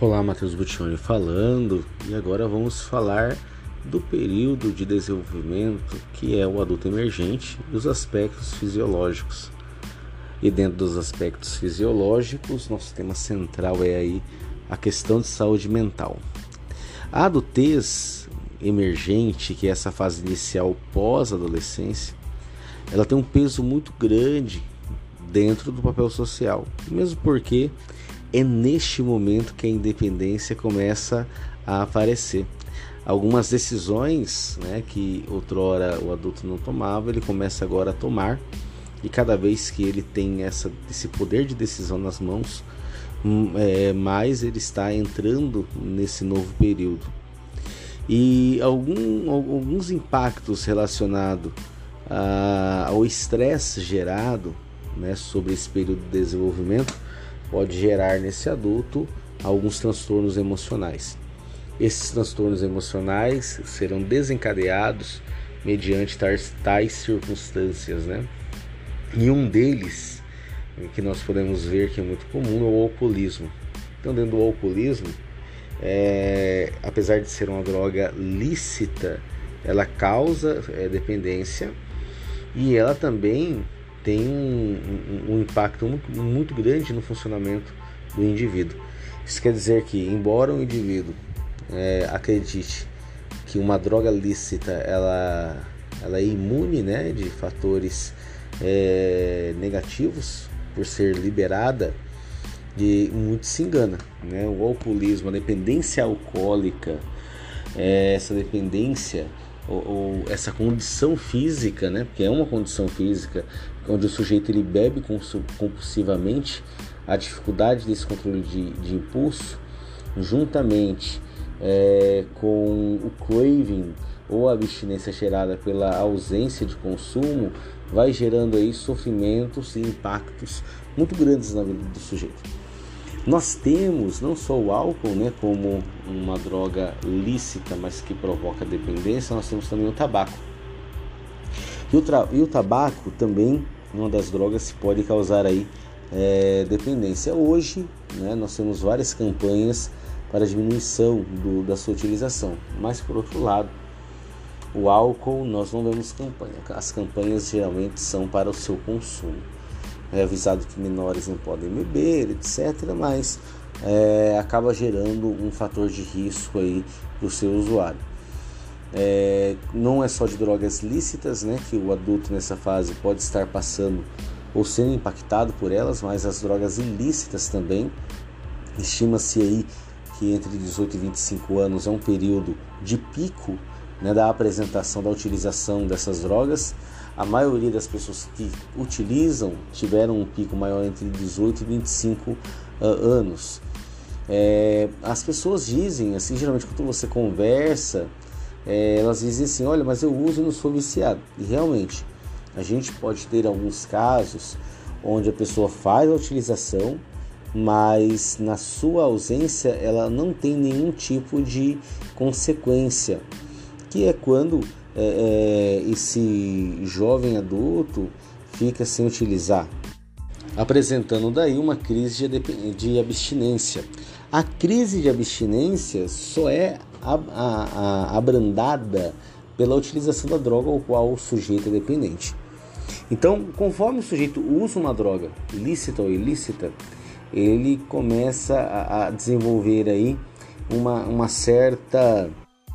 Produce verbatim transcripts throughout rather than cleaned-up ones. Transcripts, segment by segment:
Olá, Matheus Buttioni falando, e agora vamos falar do período de desenvolvimento que é o adulto emergente e os aspectos fisiológicos. E dentro dos aspectos fisiológicos, nosso tema central é aí a questão de saúde mental. A adultez emergente, que é essa fase inicial pós-adolescência, ela tem um peso muito grande dentro do papel social, mesmo porque é neste momento que a independência começa a aparecer. Algumas decisões, né, que outrora o adulto não tomava, ele começa agora a tomar, e cada vez que ele tem essa, esse poder de decisão nas mãos, é, mais ele está entrando nesse novo período. E algum, alguns impactos relacionados a, ao estresse gerado, né, sobre esse período de desenvolvimento pode gerar nesse adulto alguns transtornos emocionais. Esses transtornos emocionais serão desencadeados mediante tais, tais circunstâncias, né? E um deles, que nós podemos ver que é muito comum, é o alcoolismo. Então, dentro do alcoolismo, é, apesar de ser uma droga lícita, ela causa é, dependência, e ela também tem um, um, um impacto muito, muito grande no funcionamento do indivíduo. Isso quer dizer que, embora o indivíduo é, acredite que uma droga lícita ela, ela é imune, né, de fatores é, negativos por ser liberada, e muito se engana, né? O alcoolismo, a dependência alcoólica, é, essa dependência ou, ou essa condição física, né? Porque é uma condição física onde o sujeito ele bebe compulsivamente, a dificuldade desse controle de, de impulso, juntamente é, com o craving ou a abstinência gerada pela ausência de consumo, vai gerando aí sofrimentos e impactos muito grandes na vida do sujeito. Nós temos não só o álcool, né, como uma droga lícita, mas que provoca dependência, nós temos também o tabaco. E o, tra- e o tabaco também, uma das drogas que pode causar aí, é, dependência. Hoje, né, nós temos várias campanhas para diminuição do, da sua utilização, mas por outro lado, o álcool nós não vemos campanha. As campanhas geralmente são para o seu consumo. É avisado que menores não podem beber, etcétera, mas é, acaba gerando um fator de risco aí para o seu usuário. É, não é só de drogas lícitas, né, que o adulto nessa fase pode estar passando ou sendo impactado por elas, mas as drogas ilícitas também. Estima-se aí que entre dezoito e vinte e cinco anos é um período de pico, né, da apresentação da utilização dessas drogas. A maioria das pessoas que utilizam tiveram um pico maior entre dezoito e vinte e cinco uh, anos. É, as pessoas dizem, assim, geralmente quando você conversa, é, elas dizem assim, olha, mas eu uso e não sou viciado. E realmente, a gente pode ter alguns casos onde a pessoa faz a utilização, mas na sua ausência ela não tem nenhum tipo de consequência, que é quando é, é, esse jovem adulto fica sem utilizar, apresentando daí uma crise de, de abstinência. A crise de abstinência só é a, a, a, abrandada pela utilização da droga ao qual o sujeito é dependente. Então, conforme o sujeito usa uma droga, lícita ou ilícita, ele começa a, a desenvolver aí uma, uma certa...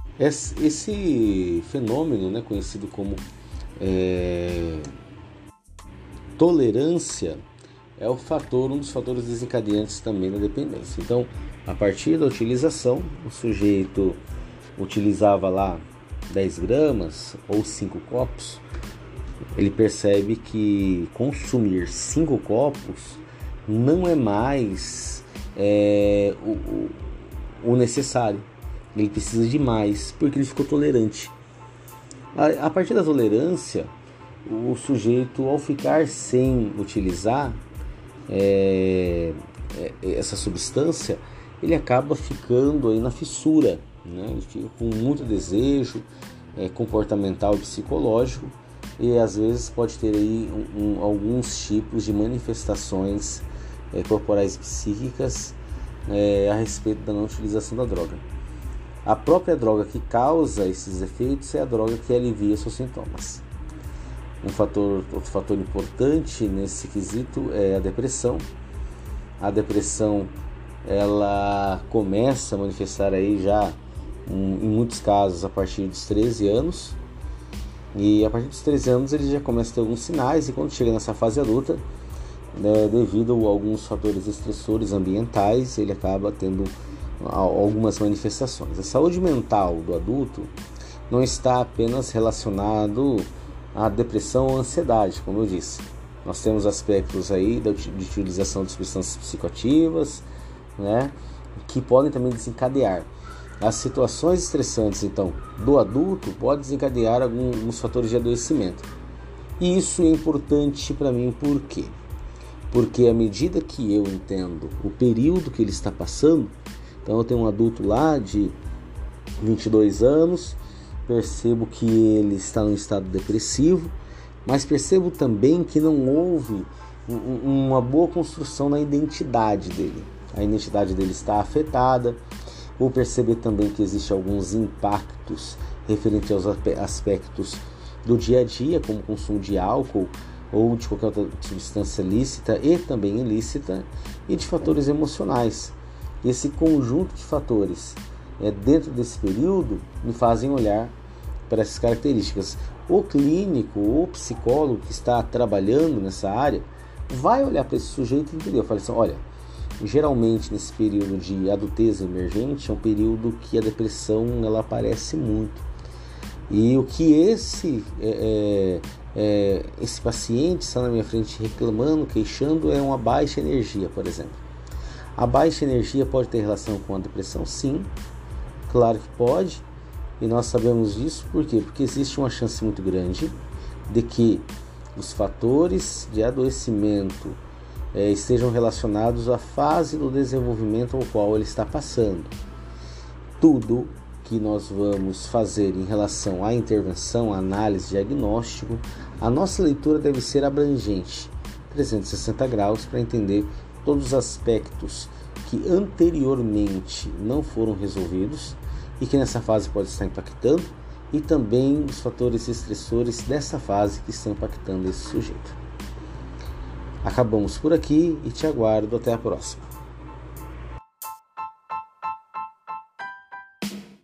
Esse fenômeno, né, conhecido como é, tolerância, é o fator, um dos fatores desencadeantes também da dependência. Então, a partir da utilização, o sujeito utilizava lá dez gramas ou cinco copos, ele percebe que consumir cinco copos não é mais é, o, o, o necessário. Ele precisa de mais, porque ele ficou tolerante. A, a partir da tolerância, o sujeito, ao ficar sem utilizar é, é, essa substância, ele acaba ficando aí na fissura, né? Ele fica com muito desejo é, comportamental e psicológico, e às vezes pode ter aí um, um, alguns tipos de manifestações é, corporais e psíquicas é, a respeito da não utilização da droga. A própria droga que causa esses efeitos é a droga que alivia seus sintomas. Um fator, outro fator importante nesse quesito é a depressão. A depressão, ela começa a manifestar aí já, em muitos casos, a partir dos treze anos. E a partir dos treze anos ele já começa a ter alguns sinais, e quando chega nessa fase adulta, né, devido a alguns fatores estressores ambientais, ele acaba tendo algumas manifestações. A saúde mental do adulto não está apenas relacionado à depressão ou ansiedade, como eu disse. Nós temos aspectos aí de utilização de substâncias psicoativas, né, que podem também desencadear. As situações estressantes, então, do adulto podem desencadear alguns fatores de adoecimento. E isso é importante para mim, por quê? Porque à medida que eu entendo o período que ele está passando, então eu tenho um adulto lá de vinte e dois anos, percebo que ele está num estado depressivo, mas percebo também que não houve uma boa construção na identidade dele. A identidade dele está afetada. Vou perceber também que existem alguns impactos referentes aos aspectos do dia a dia, como o consumo de álcool ou de qualquer outra substância lícita e também ilícita, e de fatores emocionais. Esse conjunto de fatores é, dentro desse período me fazem olhar para essas características. O clínico ou o psicólogo que está trabalhando nessa área vai olhar para esse sujeito e entender. Eu falei assim, olha, geralmente nesse período de adultez emergente é um período que a depressão ela aparece muito. E o que esse, é, é, esse paciente está na minha frente reclamando, queixando, é uma baixa energia, por exemplo. A baixa energia pode ter relação com a depressão? Sim, claro que pode. E nós sabemos disso por quê? Porque existe uma chance muito grande de que os fatores de adoecimento é, estejam relacionados à fase do desenvolvimento ao qual ele está passando. Tudo que nós vamos fazer em relação à intervenção, à análise, diagnóstico, a nossa leitura deve ser abrangente, trezentos e sessenta graus, para entender todos os aspectos que anteriormente não foram resolvidos e que nessa fase pode estar impactando, e também os fatores estressores dessa fase que estão impactando esse sujeito. Acabamos por aqui e te aguardo até a próxima.